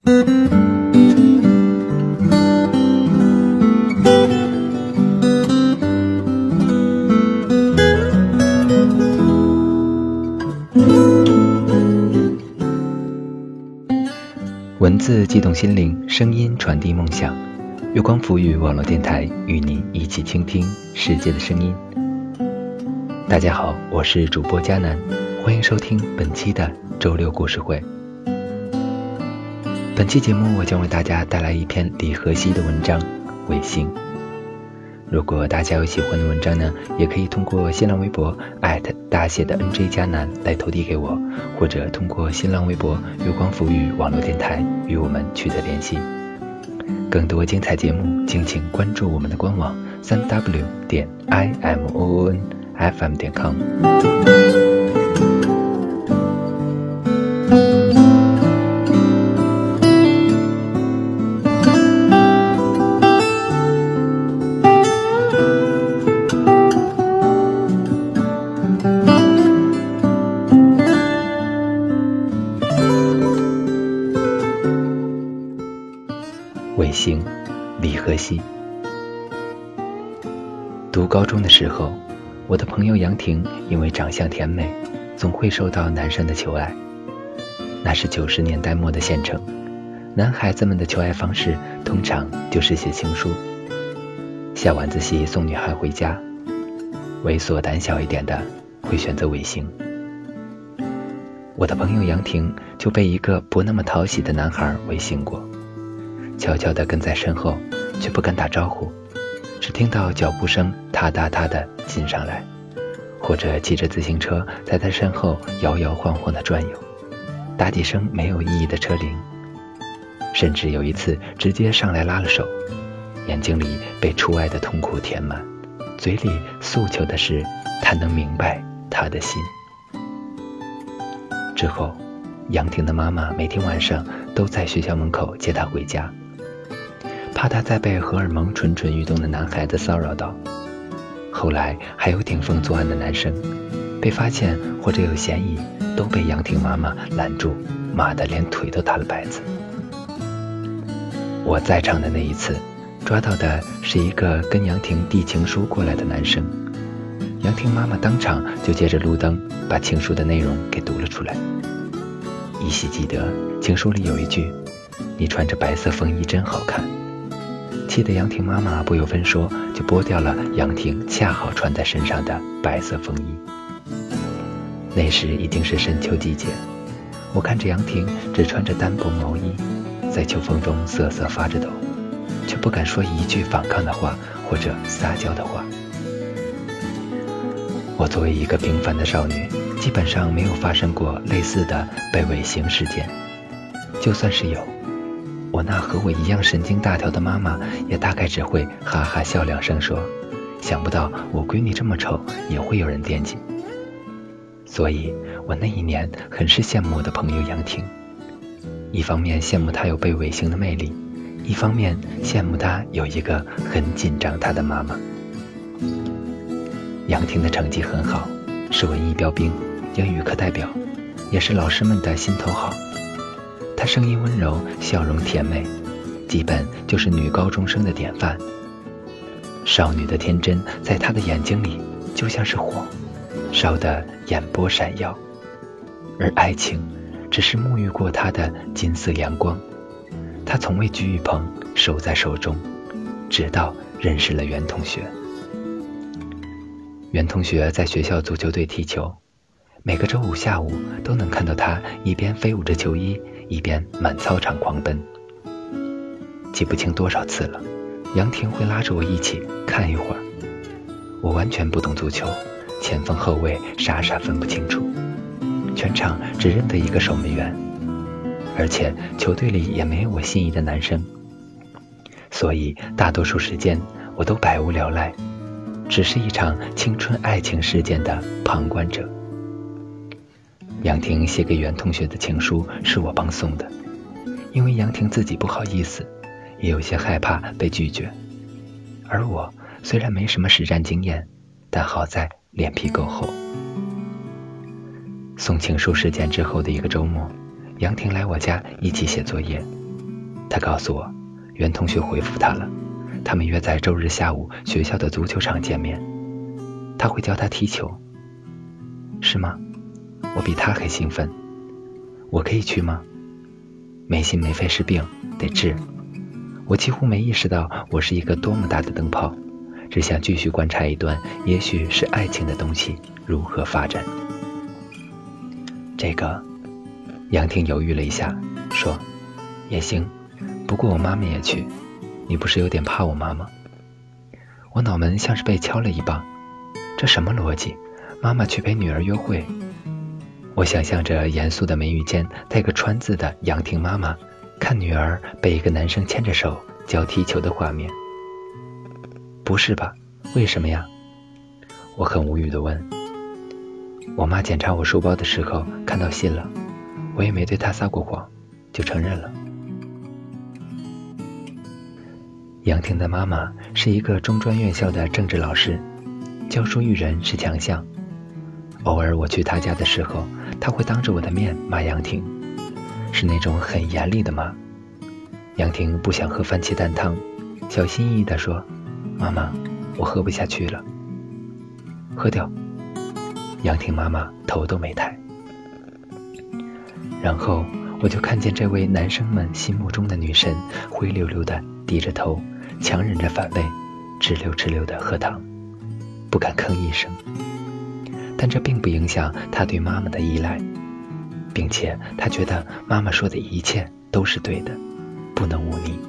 文字激动心灵，声音传递梦想。月光浮语网络电台与您一起倾听世界的声音。大家好，我是主播佳南，欢迎收听本期的周六故事会。本期节目我将为大家带来一篇李和熙的文章《卫星》。如果大家有喜欢的文章呢，也可以通过新浪微博大写的 NJ 佳南来投递给我，或者通过新浪微博月光浮语网络电台与我们取得联系。更多精彩节目敬请关注我们的官网 3w.imoonfm.com。 卫星，李和熙。读高中的时候，我的朋友杨婷因为长相甜美，总会受到男生的求爱。那是90年代末的县城，男孩子们的求爱方式通常就是写情书。下晚自习送女孩回家，猥琐胆小一点的会选择卫星。我的朋友杨婷就被一个不那么讨喜的男孩卫星过，悄悄地跟在身后，却不敢打招呼，只听到脚步声踏踏踏地进上来，或者骑着自行车在他身后摇摇晃晃地转悠，打几声没有意义的车铃。甚至有一次直接上来拉了手，眼睛里被初爱的痛苦填满，嘴里诉求的是他能明白他的心。之后杨婷的妈妈每天晚上都在学校门口接她回家，怕她再被荷尔蒙蠢蠢欲动的男孩子骚扰到。后来还有顶风作案的男生被发现或者有嫌疑，都被杨婷妈妈拦住，骂得连腿都打了摆子。我在场的那一次，抓到的是一个跟杨婷递情书过来的男生，杨婷妈妈当场就借着路灯把情书的内容给读了出来。依稀记得情书里有一句：你穿着白色风衣真好看。气得杨婷妈妈不由分说就剥掉了杨婷恰好穿在身上的白色风衣。那时已经是深秋季节，我看着杨婷只穿着单薄毛衣，在秋风中瑟瑟发着抖，却不敢说一句反抗的话或者撒娇的话。我作为一个平凡的少女，基本上没有发生过类似的被卫星事件，就算是有，我那和我一样神经大条的妈妈也大概只会哈哈笑两声说，想不到我闺女这么丑也会有人惦记。所以我那一年很是羡慕我的朋友杨婷，一方面羡慕她有被卫星的魅力，一方面羡慕她有一个很紧张她的妈妈。杨婷的成绩很好，是文艺标兵，英语课代表，也是老师们的心头好。她声音温柔，笑容甜美，基本就是女高中生的典范。少女的天真在她的眼睛里就像是火，烧得眼波闪耀，而爱情只是沐浴过她的金色阳光。她从未居一旁，守在手中，直到认识了袁同学。袁同学在学校足球队踢球，每个周五下午都能看到他一边飞舞着球衣，一边满操场狂奔。记不清多少次了，杨婷会拉着我一起看一会儿。我完全不懂足球，前锋后卫傻傻分不清楚，全场只认得一个守门员，而且球队里也没有我心仪的男生，所以大多数时间我都百无聊赖，只是一场青春爱情事件的旁观者。杨婷写给袁同学的情书是我帮送的，因为杨婷自己不好意思，也有些害怕被拒绝。而我虽然没什么实战经验，但好在脸皮够厚。送情书事件之后的一个周末，杨婷来我家一起写作业， 他告诉我，袁同学回复他了，他们约在周日下午学校的足球场见面，他会教他踢球。是吗？我比他还兴奋。我可以去吗？没心没肺是病，得治。我几乎没意识到我是一个多么大的灯泡，只想继续观察一段也许是爱情的东西如何发展。这个，杨婷犹豫了一下，说，也行，不过我妈妈也去，你不是有点怕我妈吗？我脑门像是被敲了一棒，这什么逻辑？妈妈去陪女儿约会。我想象着严肃的眉宇间带个川字的杨婷妈妈看女儿被一个男生牵着手教踢球的画面。不是吧？为什么呀？我很无语地问。我妈检查我书包的时候看到信了，我也没对她撒过谎，就承认了。杨婷的妈妈是一个中专院校的政治老师，教书育人是强项。偶尔我去她家的时候，她会当着我的面骂杨婷，是那种很严厉的骂。杨婷不想喝番茄蛋汤，小心翼翼地说，妈妈，我喝不下去了。喝掉。杨婷妈妈头都没抬。然后我就看见这位男生们心目中的女神灰溜溜地低着头，强忍着反胃，哧溜哧溜地喝汤，不敢吭一声。但这并不影响他对妈妈的依赖，并且他觉得妈妈说的一切都是对的，不能忤逆。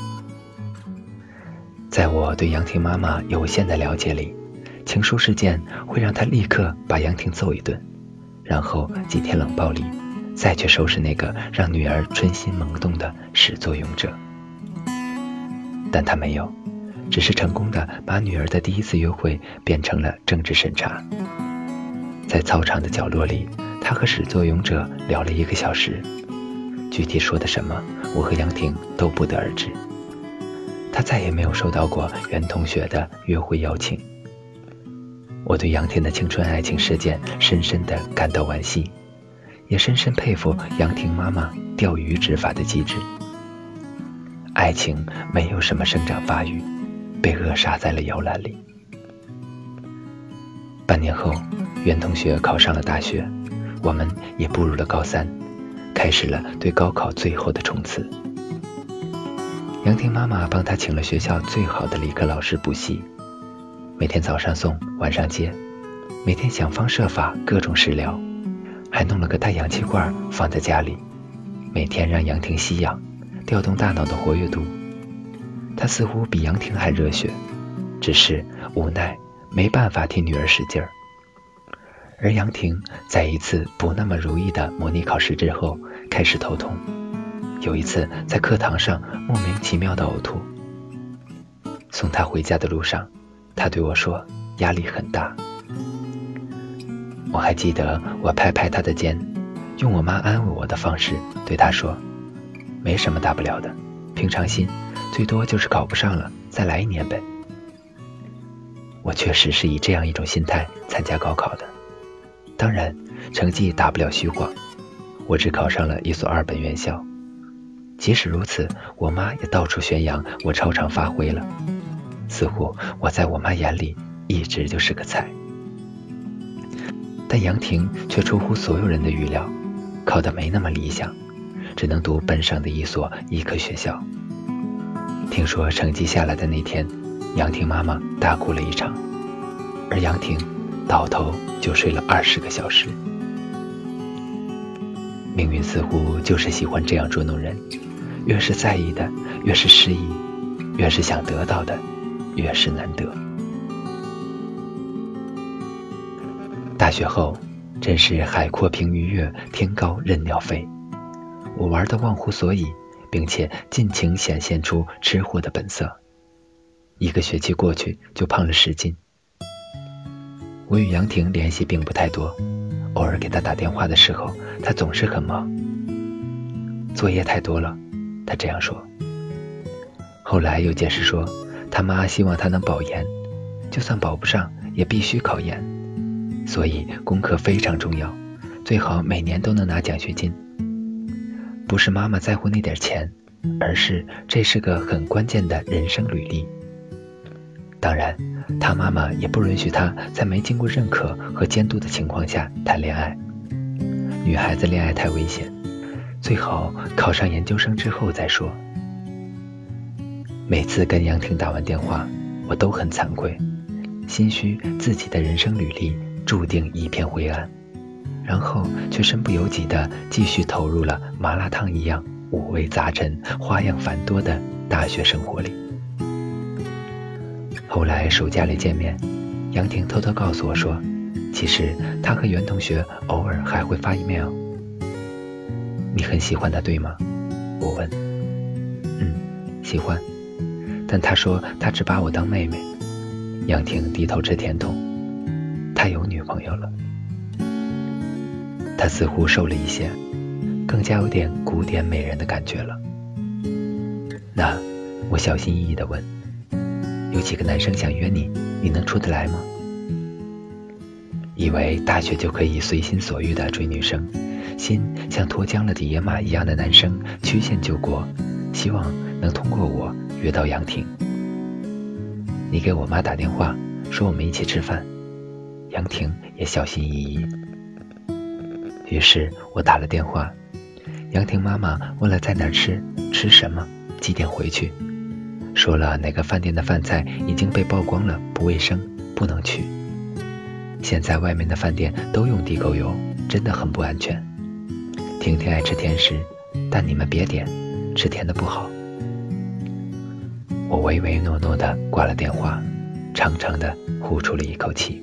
在我对杨婷妈妈有限的了解里，情书事件会让他立刻把杨婷揍一顿，然后几天冷暴力，再去收拾那个让女儿春心萌动的始作俑者。但他没有，只是成功的把女儿的第一次约会变成了政治审查。在操场的角落里，他和始作俑者聊了1个小时，具体说的什么，我和杨婷都不得而知。他再也没有收到过袁同学的约会邀请。我对杨婷的青春爱情事件深深地感到惋惜，也深深佩服杨婷妈妈钓鱼执法的机智。爱情没有什么生长发育，被扼杀在了摇篮里。半年后，袁同学考上了大学，我们也步入了高3，开始了对高考最后的冲刺。杨婷妈妈帮他请了学校最好的理科老师补习，每天早上送，晚上接，每天想方设法各种食疗，还弄了个大氧气罐放在家里，每天让杨婷吸氧，调动大脑的活跃度。他似乎比杨婷还热血，只是无奈没办法替女儿使劲儿。而杨婷在一次不那么如意的模拟考试之后开始头痛，有一次在课堂上莫名其妙的呕吐。送她回家的路上，她对我说压力很大。我还记得我拍拍她的肩，用我妈安慰我的方式对她说，没什么大不了的，平常心，最多就是考不上了，再来1年呗。我确实是以这样一种心态参加高考的，当然成绩大不了虚晃，我只考上了一所2本院校。即使如此，我妈也到处宣扬我超常发挥了，似乎我在我妈眼里一直就是个菜。但杨婷却出乎所有人的预料，考得没那么理想，只能读本省的一所医科学校。听说成绩下来的那天，杨婷妈妈大哭了一场，而杨婷倒头就睡了20个小时。命运似乎就是喜欢这样捉弄人，越是在意的越是失意，越是想得到的越是难得。大学后真是海阔凭鱼跃，天高任鸟飞。我玩得忘乎所以，并且尽情显现出吃货的本色。1个学期过去就胖了10斤。我与杨婷联系并不太多，偶尔给她打电话的时候，她总是很忙。作业太多了，她这样说。后来又解释说，她妈希望她能保研，就算保不上也必须考研，所以功课非常重要，最好每年都能拿奖学金。不是妈妈在乎那点钱， 而是这是个很关键的人生履历。当然，他妈妈也不允许他在没经过认可和监督的情况下谈恋爱。女孩子恋爱太危险，最好考上研究生之后再说。每次跟杨婷打完电话，我都很惭愧，心虚自己的人生履历注定一片灰暗，然后却身不由己地继续投入了麻辣烫一样五味杂陈、花样繁多的大学生活里。后来暑假里见面，杨婷偷偷告诉我说，其实她和袁同学偶尔还会发 email。 你很喜欢她对吗？我问。喜欢，但她说她只把我当妹妹。杨婷低头吃甜筒，她有女朋友了。她似乎瘦了一些，更加有点古典美人的感觉了。那我小心翼翼地问，有几个男生想约你，你能出得来吗？以为大学就可以随心所欲地追女生，心像脱缰了的野马一样的男生曲线救国，希望能通过我约到杨婷。你给我妈打电话，说我们一起吃饭。杨婷也小心翼翼。于是我打了电话，杨婷妈妈问了在哪儿吃，吃什么，几点回去，说了哪个饭店的饭菜已经被曝光了，不卫生，不能去。现在外面的饭店都用地沟油，真的很不安全。婷婷爱吃甜食，但你们别点，吃甜的不好。我唯唯诺诺地挂了电话，长长地呼出了一口气。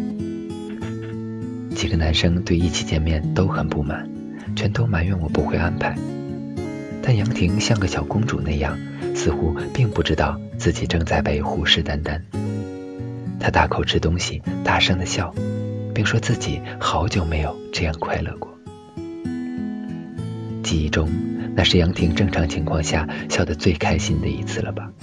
几个男生对一起见面都很不满，全都埋怨我不会安排。但杨婷像个小公主那样，似乎并不知道自己正在被虎视眈眈。她大口吃东西，大声地笑，并说自己好久没有这样快乐过。记忆中，那是杨婷正常情况下笑得最开心的一次了吧。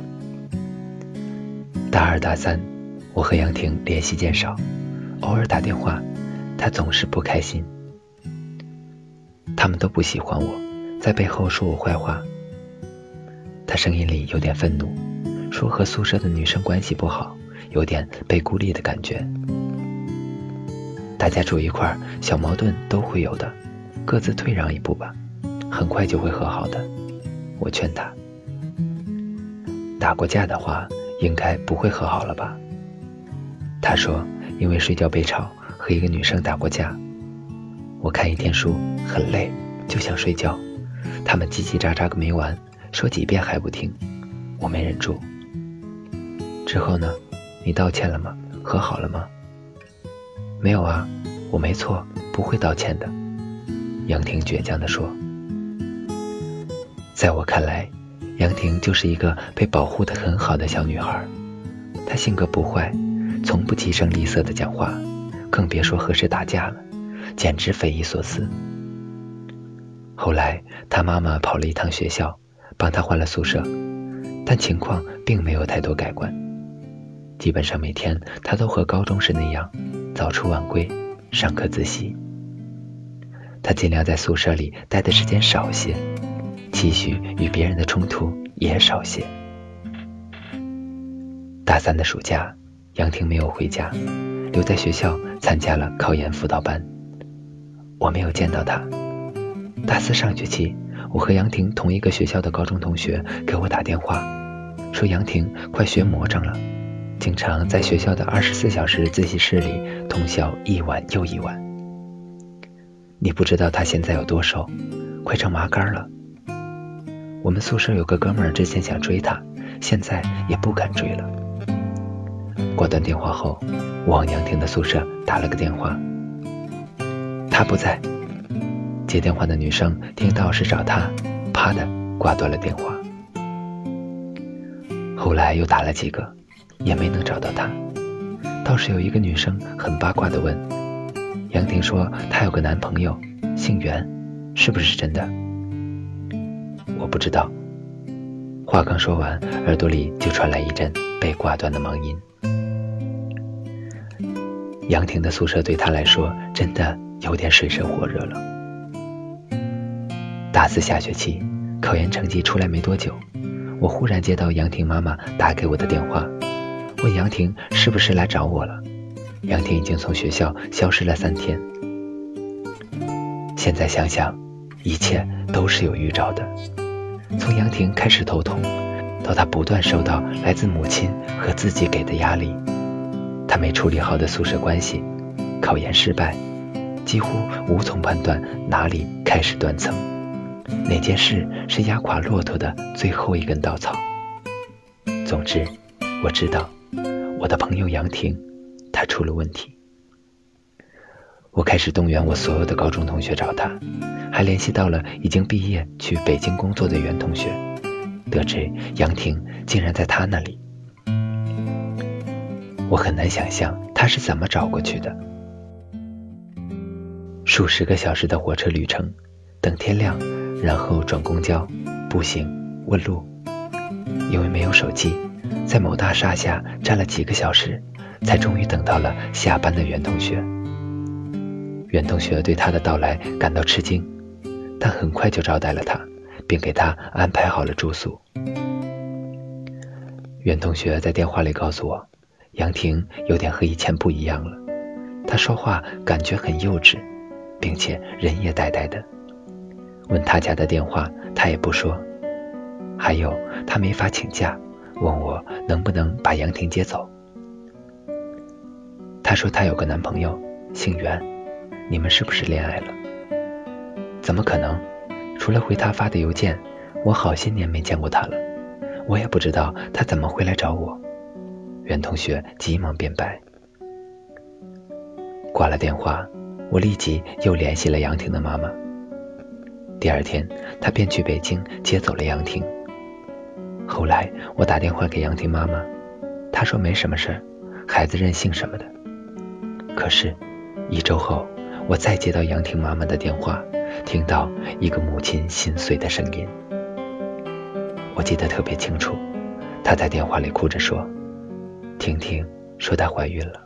大二大三，我和杨婷联系渐少，偶尔打电话，她总是不开心。他们都不喜欢我，在背后说我坏话。她声音里有点愤怒，说和宿舍的女生关系不好，有点被孤立的感觉。大家住一块儿，小矛盾都会有的，各自退让一步吧，很快就会和好的。我劝她，打过架的话应该不会和好了吧。她说因为睡觉被吵，和一个女生打过架。我看一天书很累，就想睡觉，他们叽叽喳喳个没完，说几遍还不听，我没忍住。之后呢？你道歉了吗？和好了吗？没有啊，我没错，不会道歉的。杨婷倔强地说。在我看来，杨婷就是一个被保护得很好的小女孩，她性格不坏，从不疾声厉色地讲话，更别说和谁打架了，简直匪夷所思。后来她妈妈跑了一趟学校，帮她换了宿舍，但情况并没有太多改观。基本上每天她都和高中时那样，早出晚归，上课自习。她尽量在宿舍里待的时间少些，期许与别人的冲突也少些。大三的暑假，杨婷没有回家，留在学校参加了考研辅导班。我没有见到她。大四上学期，我和杨婷同一个学校的高中同学给我打电话，说杨婷快学魔怔了，经常在学校的24小时自习室里通宵一晚又一晚。你不知道她现在有多瘦，快成麻杆了。我们宿舍有个哥们儿之前想追她，现在也不敢追了。挂断电话后，我往杨婷的宿舍打了个电话，她不在。接电话的女生听到是找她，啪的挂断了电话。后来又打了几个，也没能找到她。倒是有一个女生很八卦地问，杨婷说她有个男朋友，姓袁，是不是真的？我不知道。话刚说完，耳朵里就传来一阵被挂断的忙音。杨婷的宿舍对她来说真的有点水深火热了。大四下学期， 考研成绩出来没多久，我忽然接到杨婷妈妈打给我的电话，问杨婷是不是来找我了。杨婷已经从学校消失了3天。现在想想，一切都是有预兆的。从杨婷开始头痛，到她不断受到来自母亲和自己给的压力，她没处理好的宿舍关系，考研失败，几乎无从判断哪里开始断层，哪件事是压垮骆驼的最后一根稻草。总之，我知道我的朋友杨婷，她出了问题。我开始动员我所有的高中同学找她，还联系到了已经毕业去北京工作的袁同学，得知杨婷竟然在她那里。我很难想象她是怎么找过去的。数十个小时的火车旅程，等天亮，然后转公交、步行、问路。因为没有手机，在某大厦下站了几个小时，才终于等到了下班的袁同学。袁同学对他的到来感到吃惊，但很快就招待了他，并给他安排好了住宿。袁同学在电话里告诉我，杨婷有点和以前不一样了，她说话感觉很幼稚，并且人也呆呆的。问他家的电话，他也不说。还有，他没法请假，问我能不能把杨婷接走。他说他有个男朋友，姓袁，你们是不是恋爱了？怎么可能？除了回他发的邮件，我好些年没见过他了，我也不知道他怎么会来找我。袁同学急忙辩白。挂了电话，我立即又联系了杨婷的妈妈。第二天，他便去北京接走了杨婷。后来我打电话给杨婷妈妈，她说没什么事，孩子任性什么的。可是1周后，我再接到杨婷妈妈的电话，听到一个母亲心碎的声音。我记得特别清楚，她在电话里哭着说，婷婷说她怀孕了。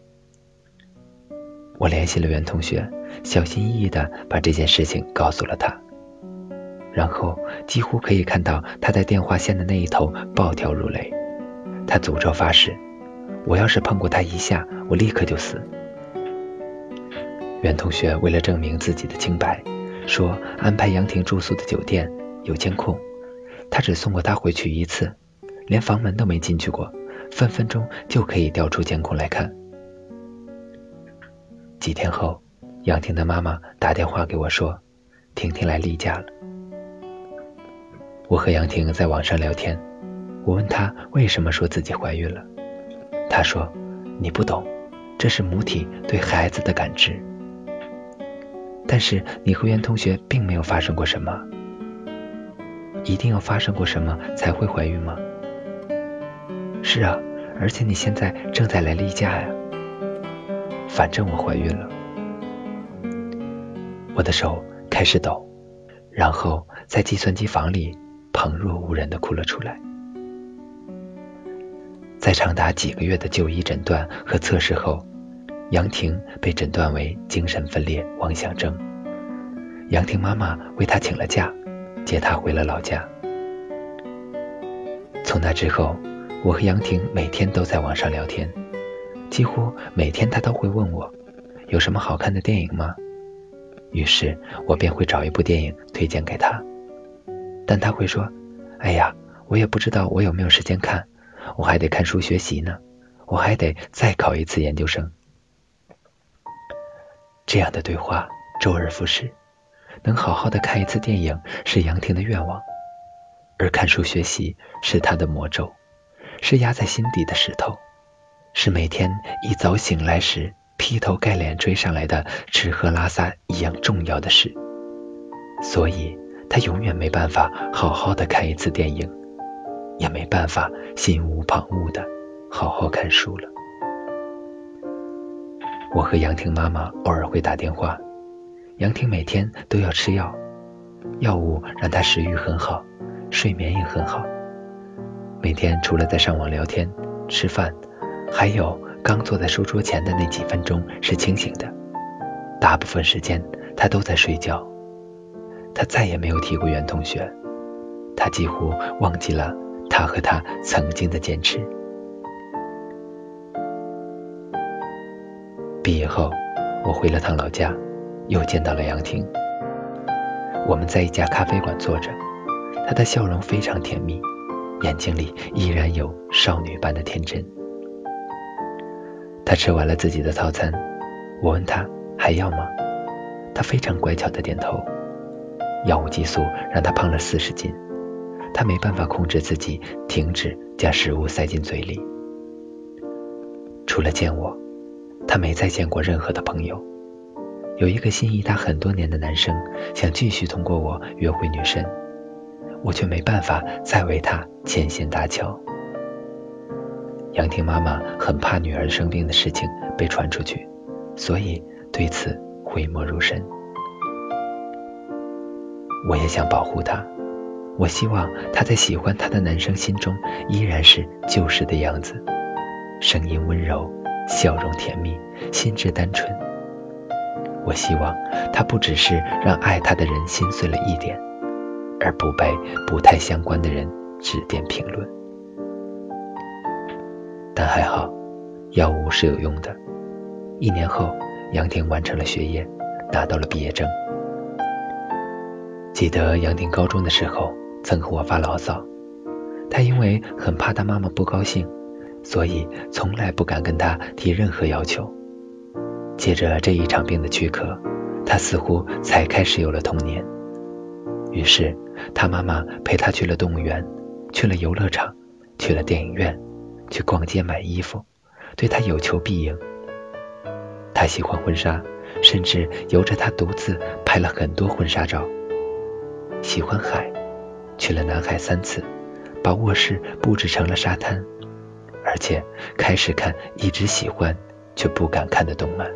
我联系了袁同学，小心翼翼地把这件事情告诉了他。然后几乎可以看到他在电话线的那一头暴跳如雷，他诅咒发誓，我要是碰过他一下，我立刻就死。袁同学为了证明自己的清白，说安排杨婷住宿的酒店有监控，他只送过她回去1次，连房门都没进去过，分分钟就可以调出监控来看。几天后，杨婷的妈妈打电话给我说，婷婷来例假了。我和杨婷在网上聊天，我问她为什么说自己怀孕了。她说，你不懂，这是母体对孩子的感知。但是你和袁同学并没有发生过什么，一定要发生过什么才会怀孕吗？是啊，而且你现在正在来例假呀。反正我怀孕了。我的手开始抖，然后在计算机房里旁若无人地哭了出来。在长达几个月的就医诊断和测试后，杨婷被诊断为精神分裂妄想症。杨婷妈妈为她请了假，接她回了老家。从那之后，我和杨婷每天都在网上聊天，几乎每天她都会问我，有什么好看的电影吗？于是我便会找一部电影推荐给她，但她会说，哎呀，我也不知道我有没有时间看，我还得看书学习呢，我还得再考1次研究生。这样的对话周而复始，能好好的看1次电影是杨婷的愿望，而看书学习是她的魔咒，是压在心底的石头，是每天一早醒来时劈头盖脸追上来的吃喝拉撒一样重要的事。所以她永远没办法好好的看1次电影，也没办法心无旁骛的好好看书了。我和杨婷妈妈偶尔会打电话，杨婷每天都要吃药，药物让她食欲很好，睡眠也很好。每天除了在上网聊天、吃饭，还有刚坐在书桌前的那几分钟是清醒的，大部分时间她都在睡觉。她再也没有提过袁同学， 他几乎忘记了他和他曾经的坚持。毕业后，我回了趟老家，又见到了杨婷。我们在一家咖啡馆坐着，她的笑容非常甜蜜，眼睛里依然有少女般的天真。她吃完了自己的套餐，我问她还要吗？她非常乖巧地点头。药物激素让她胖了40斤，她没办法控制自己停止将食物塞进嘴里。除了见我，她没再见过任何的朋友。有一个心仪她很多年的男生想继续通过我约会女神，我却没办法再为她牵线搭桥。杨婷妈妈很怕女儿生病的事情被传出去，所以对此讳莫如深。我也想保护她，我希望她在喜欢她的男生心中依然是旧时的样子，声音温柔，笑容甜蜜，心智单纯。我希望她不只是让爱她的人心碎了一点，而不被不太相关的人指点评论。但还好，药物是有用的。1年后，杨婷完成了学业，拿到了毕业证。记得杨婷高中的时候曾和我发牢骚，她因为很怕她妈妈不高兴，所以从来不敢跟她提任何要求。借着这一场病的躯壳，她似乎才开始有了童年。于是她妈妈陪她去了动物园，去了游乐场，去了电影院，去逛街买衣服，对她有求必应。她喜欢婚纱，甚至由着她独自拍了很多婚纱照。喜欢海，去了南海3次，把卧室布置成了沙滩，而且开始看一直喜欢却不敢看的动漫。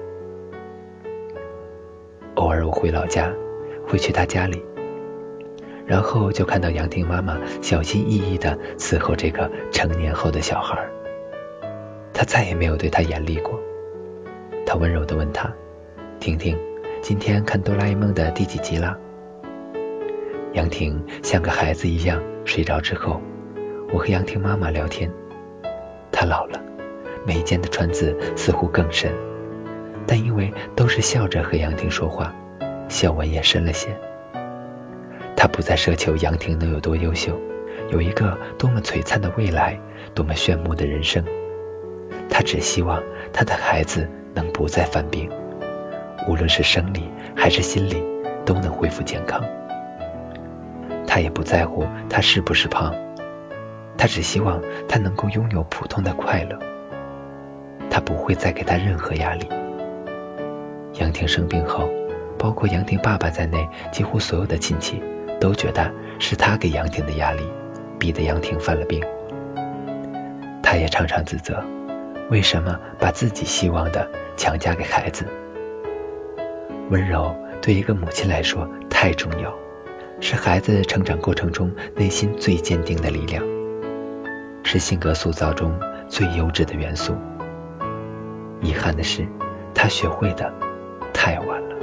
偶尔我回老家，会去她家里，然后就看到杨婷妈妈小心翼翼地伺候这个成年后的小孩。她再也没有对他严厉过。她温柔地问他：婷婷，今天看哆啦 A 梦的第几集了？杨婷像个孩子一样睡着之后，我和杨婷妈妈聊天。她老了，眉间的川字似乎更深，但因为都是笑着和杨婷说话，笑纹也深了些。她不再奢求杨婷能有多优秀，有一个多么璀璨的未来，多么炫目的人生。她只希望她的孩子能不再犯病，无论是生理还是心理都能恢复健康。她也不在乎她是不是胖，她只希望她能够拥有普通的快乐。她不会再给她任何压力。杨婷生病后，包括杨婷爸爸在内，几乎所有的亲戚都觉得是她给杨婷的压力，逼得杨婷犯了病。她也常常自责，为什么把自己希望的强加给孩子？温柔对一个母亲来说太重要，是孩子成长过程中内心最坚定的力量，是性格塑造中最优质的元素。遗憾的是，他学会的太晚了。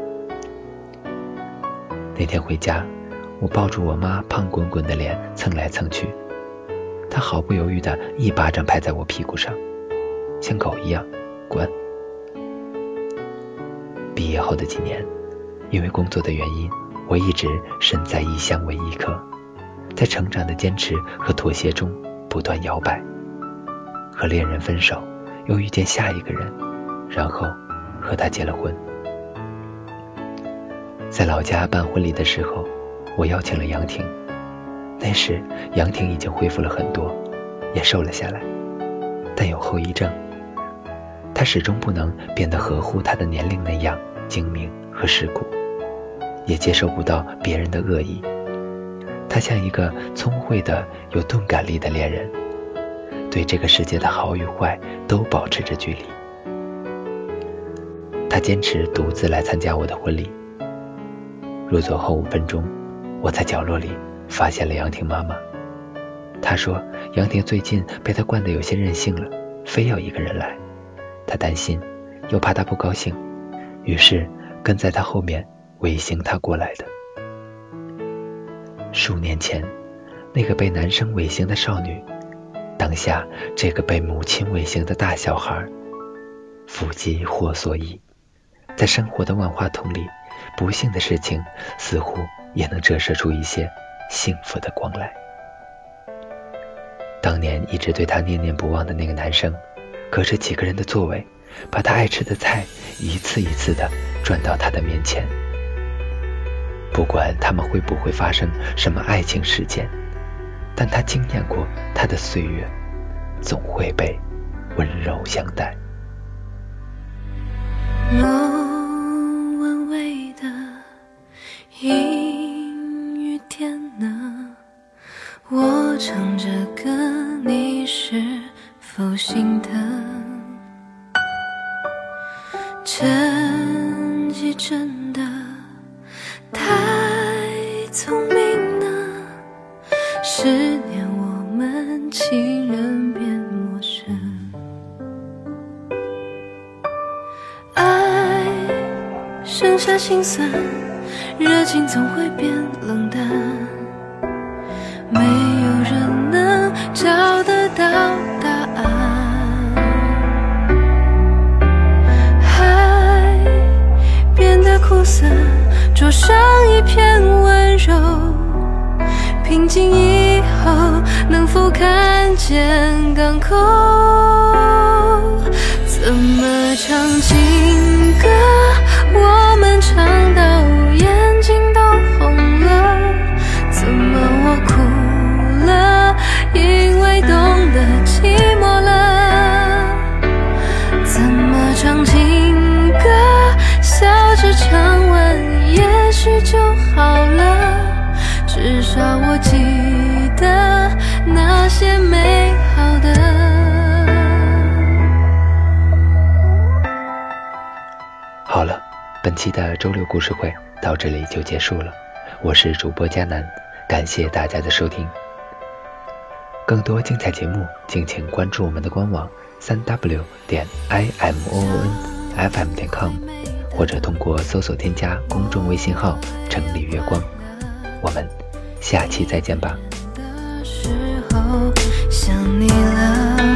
那天回家，我抱住我妈胖滚滚的脸蹭来蹭去，她毫不犹豫地一巴掌拍在我屁股上，像狗一样滚。毕业后的几年，因为工作的原因，我一直身在异乡为异客，在成长的坚持和妥协中不断摇摆。和恋人分手，又遇见下一个人，然后和他结了婚。在老家办婚礼的时候，我邀请了杨婷。那时杨婷已经恢复了很多，也瘦了下来，但有后遗症。她始终不能变得合乎她的年龄那样精明和世故，也接受不到别人的恶意。她像一个聪慧的有钝感力的恋人，对这个世界的好与坏都保持着距离。她坚持独自来参加我的婚礼。入座后5分钟，我在角落里发现了杨婷妈妈。她说杨婷最近被她惯得有些任性了，非要一个人来。她担心，又怕她不高兴，于是跟在她后面尾行她过来的。 数年前，那个被男生尾行的少女，当下这个被母亲尾行的大小孩，福极祸所倚。在生活的万花筒里，不幸的事情似乎也能折射出一些幸福的光来。当年一直对他念念不忘的那个男生，隔着几个人的座位，把他爱吃的菜一次一次地转到他的面前。不管他们会不会发生什么爱情事件，但他惊艳过他的岁月，总会被温柔相待。 莫文蔚的阴雨天呢，我唱着歌，你是否心疼？成绩真的太聪明呢，10年我们情人变陌生。爱剩下心酸，热情总会变冷淡，没有人能找得到答案。海变得苦涩，灼伤一片温柔，平静以后能否看见港口？怎么唱情歌，我们唱到眼睛都红了，怎么我哭了，因为懂得寂寞了？怎么唱情歌，笑着唱完也许就好了，至少我记得那些美好的。 好了，本期的周六故事会到这里就结束了。我是主播佳南，感谢大家的收听。更多精彩节目，敬请关注我们的官网3w.imonfm.com， 或者通过搜索添加公众微信号城里月光。我们下期再见吧。 想你了。